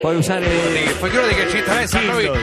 Puoi usare figurati che ci interessa a noi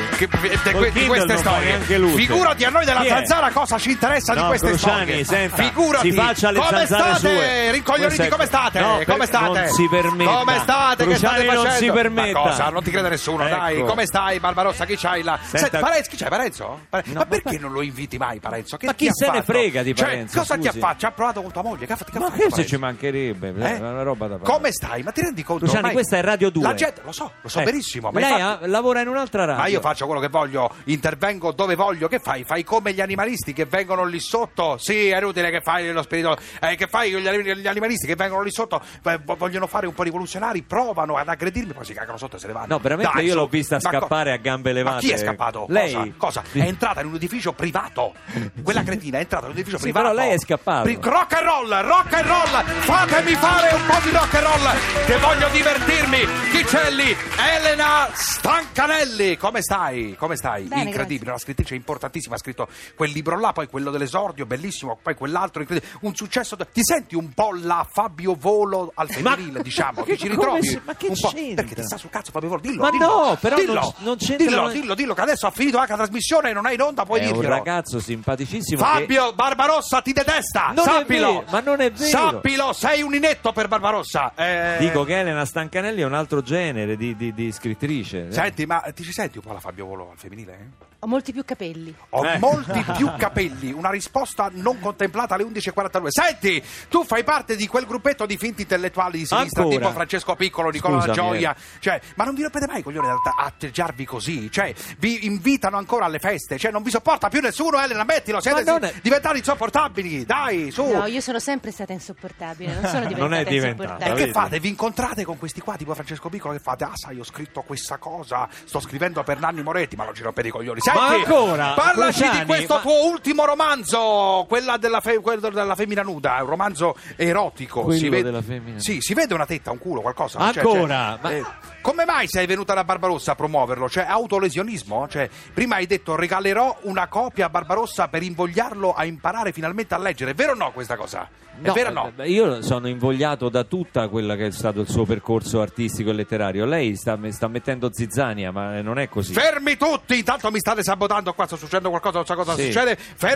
di queste storie. Figurati a noi della zanzara cosa ci interessa di queste Cruciani, storie. senta, Figurati. si faccia le come zanzare state? sue. Rincoglioniti, come state? No, come state? Non si permetta. Come state? Cruciani, che state facendo? non si permetta. Ma cosa? Non ti crede nessuno, Ecco. dai. Come stai, Barbarossa? Chi c'hai là? Senta... Parenzo, chi c'è, Parenzo? Ma perché non lo inviti mai, Parenzo? Ma chi se ne frega di Parenzo? Cosa ti ha fatto? Ci ha provato con tua moglie? Che ha fatto? Ma che se ci mancherebbe? Una roba da fare. Come stai? Ma ti rendi conto? Cruciani, questa è Radio 2. La gente, lo so benissimo. Ma lei lavora in un'altra radio. Ma io faccio quello che voglio, intervengo dove voglio. Che fai? Fai come gli animalisti che vengono lì sotto? Sì, è inutile che fai lo spirito. Che fai gli animalisti che vengono lì sotto? Vogliono fare un po' rivoluzionari, provano ad aggredirmi, poi si cagano sotto e se ne vanno. No, veramente. Dai, io l'ho vista scappare a gambe levate. Ma chi è scappato? Lei? Cosa? È entrata in un edificio privato. Quella cretina è entrata in un edificio privato. Però lei è scappato. Rock and roll! Fatemi fare un po' di rock and roll, che voglio divertirmi. Chi c'è lì? Elena Stancanelli. Come stai? Bene, Incredibile, grazie. una scrittrice importantissima, ha scritto quel libro là, poi quello dell'esordio, bellissimo, poi quell'altro incredibile, un successo. Ti senti un po' la Fabio Volo al femminile, diciamo, che ci ritrovi? Ma che un po'? c'entra? Perché ti sta sul cazzo Fabio Volo, dillo. Ma dillo, no, però dillo, non c'entra. dillo, che adesso ha finito anche la trasmissione e non hai in onda, puoi È dirglielo. un ragazzo simpaticissimo. Fabio Barbarossa ti detesta, Non sappilo. è vero, ma non è vero. Sappilo, sei un inetto per Barbarossa. Dico che Elena Stancanelli è un altro genere di scrittrice. Senti, ma ti ci senti un po' la Fabio Volo al femminile? Ho molti più capelli. Ho molti più capelli, una risposta non contemplata alle 11.42. Senti, tu fai parte di quel gruppetto di finti intellettuali di sinistra, Ancora? tipo Francesco Piccolo, Nicola La Scusami, Gioia, cioè, ma non vi rompete mai i coglioni a atteggiarvi così? Cioè, vi invitano ancora alle feste, cioè non vi sopporta più nessuno, Elena, ammettilo, siete diventati insopportabili, dai, su. No, io sono sempre stata insopportabile, non sono diventata Non è diventata. insopportabile. E che vedi? fate? Vi incontrate con questi qua, tipo Francesco Piccolo, che fate? Ah, sai, ho scritto questa cosa, sto scrivendo per Nanni Moretti, ma non ci rompete i coglioni. Senti, Ma ancora? parlaci Cruciani, di questo tuo ultimo romanzo, quello della femmina nuda, un romanzo erotico. Quello della femmina. Sì, si vede una tetta, un culo, qualcosa. Ancora? Come mai sei venuta da Barbarossa a promuoverlo? Cioè, autolesionismo? Cioè, prima hai detto regalerò una copia a Barbarossa per invogliarlo a imparare finalmente a leggere. È vero o no questa cosa? È vero o no? Io sono invogliato da tutta quella che è stato il suo percorso artistico e letterario. Lei sta mettendo zizzania, ma non è così. Fermi tutti! Intanto mi state sabotando qua, sta succedendo qualcosa, non so cosa succede.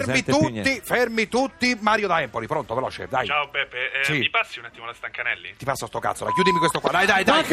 Fermi tutti! Mario da Empoli, pronto, veloce, dai. Ciao Beppe, Sì. mi passi un attimo la Stancanelli? Ti passo sto cazzo, dai, chiudimi questo qua, dai,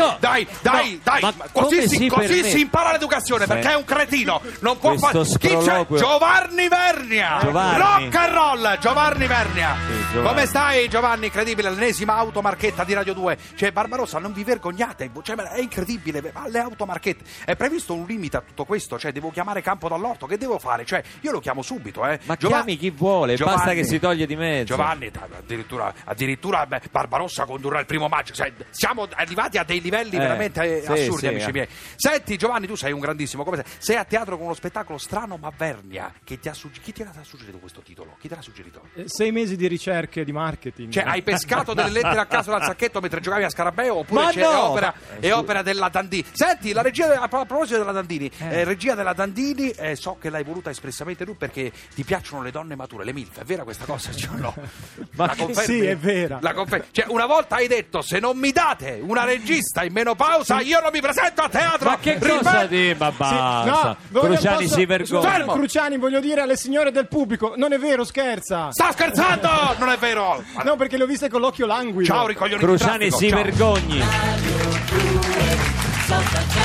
Ma così come si permette? si impara l'educazione, perché è un cretino, non può fare. Questo Chi c'è? sproloquio. Giovanni Vernia! Rock and roll, Giovanni Vernia! Sì, Giovanni. Come stai, Giovanni? Incredibile, l'ennesima automarchetta di Radio 2. Cioè, Barbarossa, non vi vergognate, cioè, è incredibile, ma le automarchette. È previsto un limite a tutto questo, cioè, devo chiamare Campo Dall'Orto, che devo fare? Cioè, io lo chiamo subito, Ma chiami chi vuole, basta che si toglie di mezzo. Giovanni, addirittura Barbarossa condurrà il 1° maggio. Cioè, siamo arrivati a dei livelli veramente sì, assurdi, sì, amici miei. Senti, Giovanni, tu sei un grandissimo. Come sei a teatro con uno spettacolo strano ma Vernia. Chi ti ha suggerito questo titolo? Chi te l'ha suggerito? 6 mesi di ricerche di marketing. Cioè, hai pescato delle lettere a caso dal sacchetto mentre giocavi a Scarabeo? Oppure Ma c'è no! è opera della Dandini? Senti, la regia, a proposito della Dandini, regia della Dandini, so che l'hai voluta espressamente tu perché ti piacciono le donne mature, le MILF. È vera questa cosa? Cioè, no? Ma La che- confermi? sì, è vera. La cioè, una volta hai detto: se non mi date una regista in menopausa, io non mi presento a teatro. Ma che cosa di? Ma basta. Cruciani si vergogna. Fermo. Cruciani, voglio dire alle signore del pubblico, non è vero, scherza. Sta scherzando? Non è vero? No, perché le ho viste con l'occhio languido. Ciao, ricoglioni di Cruciani traffico, si ciao. vergogni.